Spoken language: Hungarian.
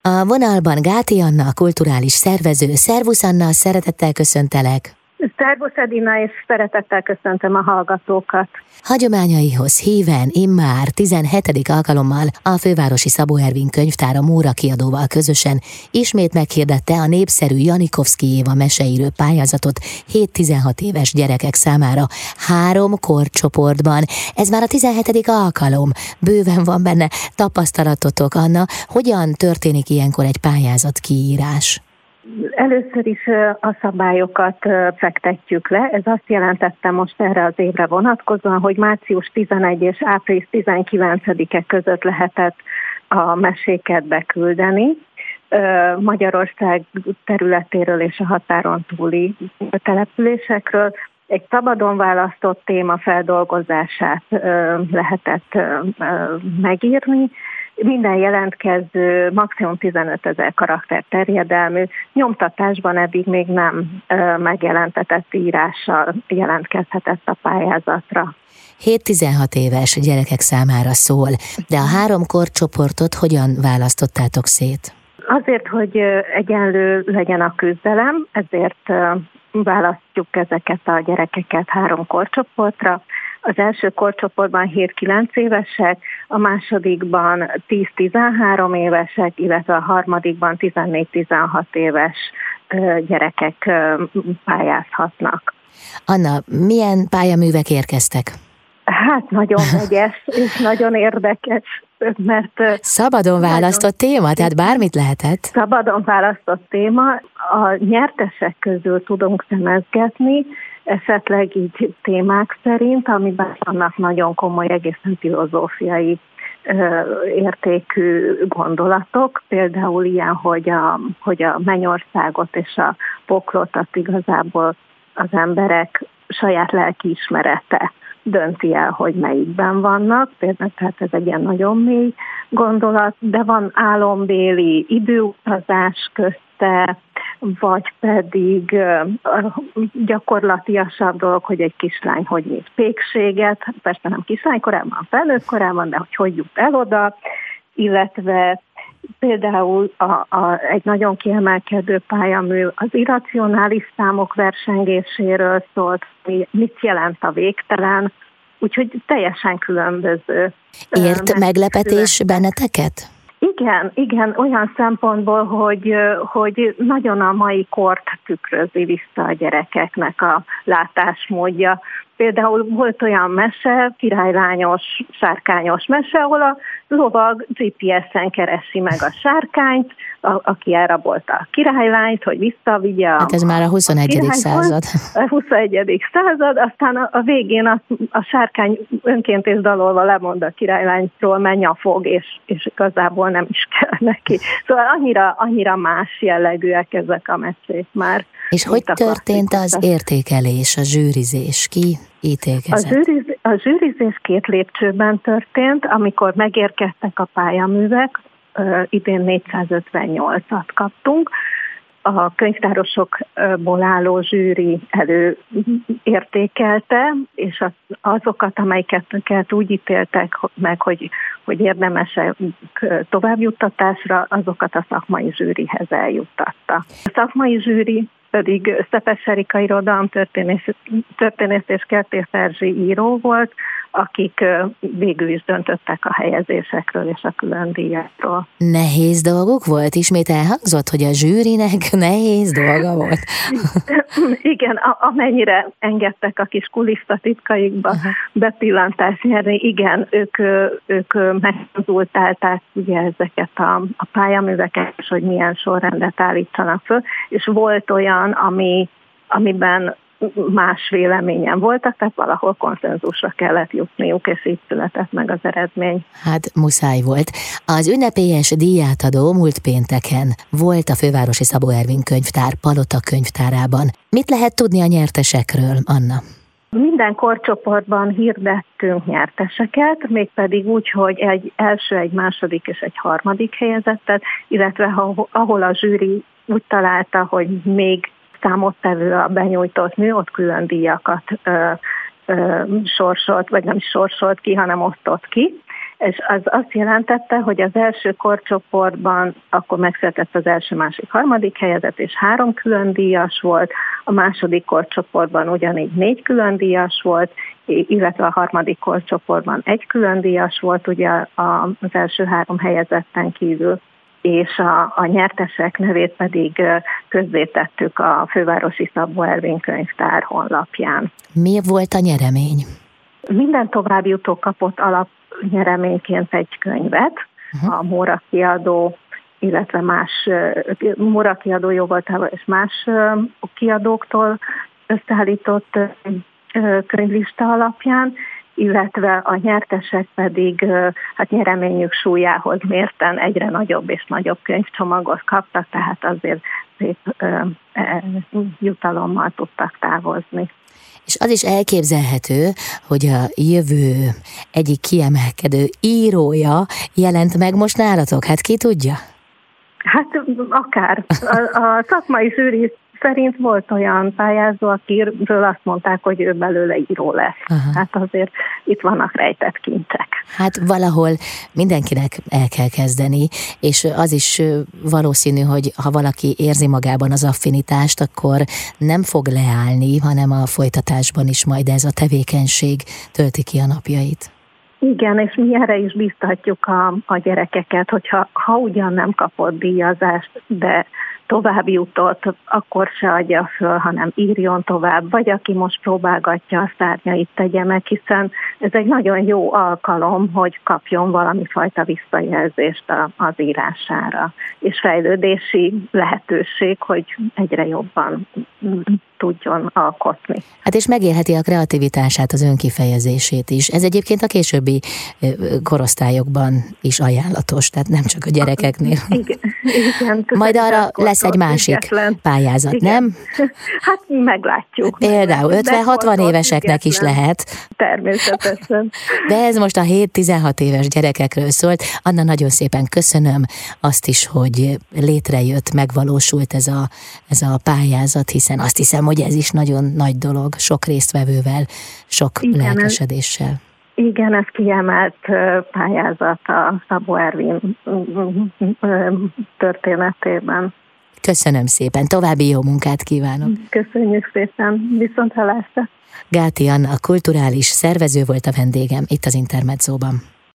A vonalban Gáti Anna, kulturális szervező. Szervusz Anna, szeretettel köszöntelek! Szervusz Edina, és szeretettel köszöntöm a hallgatókat. Hagyományaihoz híven immár 17. alkalommal a Fővárosi Szabó Ervin Könyvtár a Móra kiadóval közösen ismét meghirdette a népszerű Janikovszky Éva meseírő pályázatot 7-16 éves gyerekek számára 3 korcsoportban. Ez már a 17. alkalom, bőven van benne tapasztalatotok. Anna, hogyan történik ilyenkor egy pályázat kiírás? Először is a szabályokat fektetjük le. Ez azt jelentette most erre az évre vonatkozóan, hogy március 11 és április 19-e között lehetett a meséket beküldeni Magyarország területéről és a határon túli településekről. Egy szabadon választott téma feldolgozását lehetett megírni. Minden jelentkező maximum 15 000 karakter terjedelmű, nyomtatásban eddig még nem megjelentetett írással jelentkezhetett a pályázatra. 7-16 éves gyerekek számára szól, de a 3 korcsoportot hogyan választottátok szét? Azért, hogy egyenlő legyen a küzdelem, ezért választjuk ezeket a gyerekeket 3 korcsoportra. Az első korcsoportban 7-9 évesek, a másodikban 10-13 évesek, illetve a harmadikban 14-16 éves gyerekek pályázhatnak. Anna, milyen pályaművek érkeztek? Hát nagyon vegyes és nagyon érdekes, mert... Szabadon választott téma, tehát bármit lehetett? Szabadon választott téma. A nyertesek közül tudunk szemezgetni, esetleg így témák szerint, amiben vannak nagyon komoly, egészen filozófiai értékű gondolatok, például ilyen, hogy a mennyországot és a poklotat igazából az emberek saját lelkiismerete dönti el, hogy melyikben vannak, például tehát ez egy ilyen nagyon mély gondolat, de van álombéli időutazás közte, vagy pedig gyakorlatiasabb dolog, hogy egy kislány hogy nyit pékséget, persze nem kislány korában, felnőtt korában, de hogy jut el oda, illetve például egy nagyon kiemelkedő pályamű az irracionális számok versengéséről szólt, mit jelent a végtelen, úgyhogy teljesen különböző. Ért meglepetés benneteket? Igen, olyan szempontból, hogy nagyon a mai kort tükrözi vissza a gyerekeknek a látásmódja. Például volt olyan mese, királylányos, sárkányos mese, ahol a lovag GPS-en keresi meg a sárkányt, aki elrabolta a királylányt, hogy visszavigye Hát ez már a 21. század. A 21. század, aztán a végén a sárkány önként és dalolva lemond a királylányról, menj a fog, és igazából nem is kell neki. Szóval annyira más jellegűek ezek a mesék már. És hogy történt az értékelés, a zsűrizés? Ki ítélkezett? A zsűrizés 2 lépcsőben történt, amikor megérkeztek a pályaművek, idén 458-at kaptunk. A könyvtárosokból álló zsűri előértékelte, és azokat, amelyeket úgy ítéltek meg, hogy érdemesek továbbjuttatásra, azokat a szakmai zsűrihez eljuttatta. A szakmai zsűri pedig Szepes Erika irodalomtörténész és Kertész Erzsi író volt, akik végül is döntöttek a helyezésekről és a külön díjakról. Nehéz dolguk volt? Ismét elhangzott, hogy a zsűrinek nehéz dolga volt? Igen, amennyire engedtek a kis kulisszatitkaikba bepillantást nyerni, igen, ők megkonzultálták ugye ezeket a pályaműveket, és hogy milyen sorrendet állítsanak föl, és volt olyan, amiben más véleményen voltak, tehát valahol konszenzusra kellett jutniuk, és így született meg az eredmény. Hát muszáj volt. Az ünnepélyes díjátadó múlt pénteken volt a Fővárosi Szabó Ervin Könyvtár Palota könyvtárában. Mit lehet tudni a nyertesekről, Anna? Minden korcsoportban hirdettünk nyerteseket, mégpedig úgy, hogy egy első, egy második és egy harmadik helyezettet, illetve ahol a zsűri úgy találta, hogy még számottevő a benyújtott mű, ott külön díjakat sorsolt, vagy nem is sorsolt ki, hanem osztott ki. És az azt jelentette, hogy az első korcsoportban akkor megszületett az első, második, harmadik helyezett, és 3 külön díjas volt, a második korcsoportban ugyanígy 4 külön díjas volt, illetve a harmadik korcsoportban 1 külön díjas volt ugye az első 3 helyezetten kívül, és a nyertesek nevét pedig közzétettük a Fővárosi Szabó Ervin Könyvtár honlapján. Mi volt a nyeremény? Minden továbbjutó kapott alapnyereményként egy könyvet, a Móra kiadó, illetve más Móra kiadó jóvoltával és más kiadóktól összeállított könyvlista alapján, illetve a nyertesek pedig hát nyereményük súlyához mérten egyre nagyobb és nagyobb könyvcsomagot kaptak, tehát azért szép jutalommal tudtak távozni. És az is elképzelhető, hogy a jövő egyik kiemelkedő írója jelent meg most nálatok, hát ki tudja? Hát akár. A szakmai zsűri szerint volt olyan pályázó, akiről azt mondták, hogy ő belőle író lesz. Aha. Hát azért itt vannak rejtett kincsek. Hát valahol mindenkinek el kell kezdeni, és az is valószínű, hogy ha valaki érzi magában az affinitást, akkor nem fog leállni, hanem a folytatásban is majd ez a tevékenység tölti ki a napjait. Igen, és mi erre is biztatjuk a gyerekeket, hogyha ugyan nem kapott díjazást, de tovább jutott, akkor se adja föl, hanem írjon tovább, vagy aki most próbálgatja a szárnyait, tegye meg, hiszen ez egy nagyon jó alkalom, hogy kapjon valami fajta visszajelzést az írására, és fejlődési lehetőség, hogy egyre jobban tudjon alkotni. Hát és megélheti a kreativitását, az önkifejezését is. Ez egyébként a későbbi korosztályokban is ajánlatos, tehát nem csak a gyerekeknél. Igen. Majd arra lesz egy másik pályázat, igen. Nem? Hát meglátjuk. Például 50-60 éveseknek is lehet. Természetesen. De ez most a 7-16 éves gyerekekről szólt. Anna, nagyon szépen köszönöm azt is, hogy létrejött, megvalósult ez a pályázat, hiszen azt hiszem, hogy ez is nagyon nagy dolog, sok résztvevővel, sok lelkesedéssel. Igen, ez kiemelt pályázat a Szabó Ervin történetében. Köszönöm szépen, további jó munkát kívánok. Köszönjük szépen, viszonthallásra. Gáti Anna, kulturális szervező volt a vendégem itt az Intermedzóban.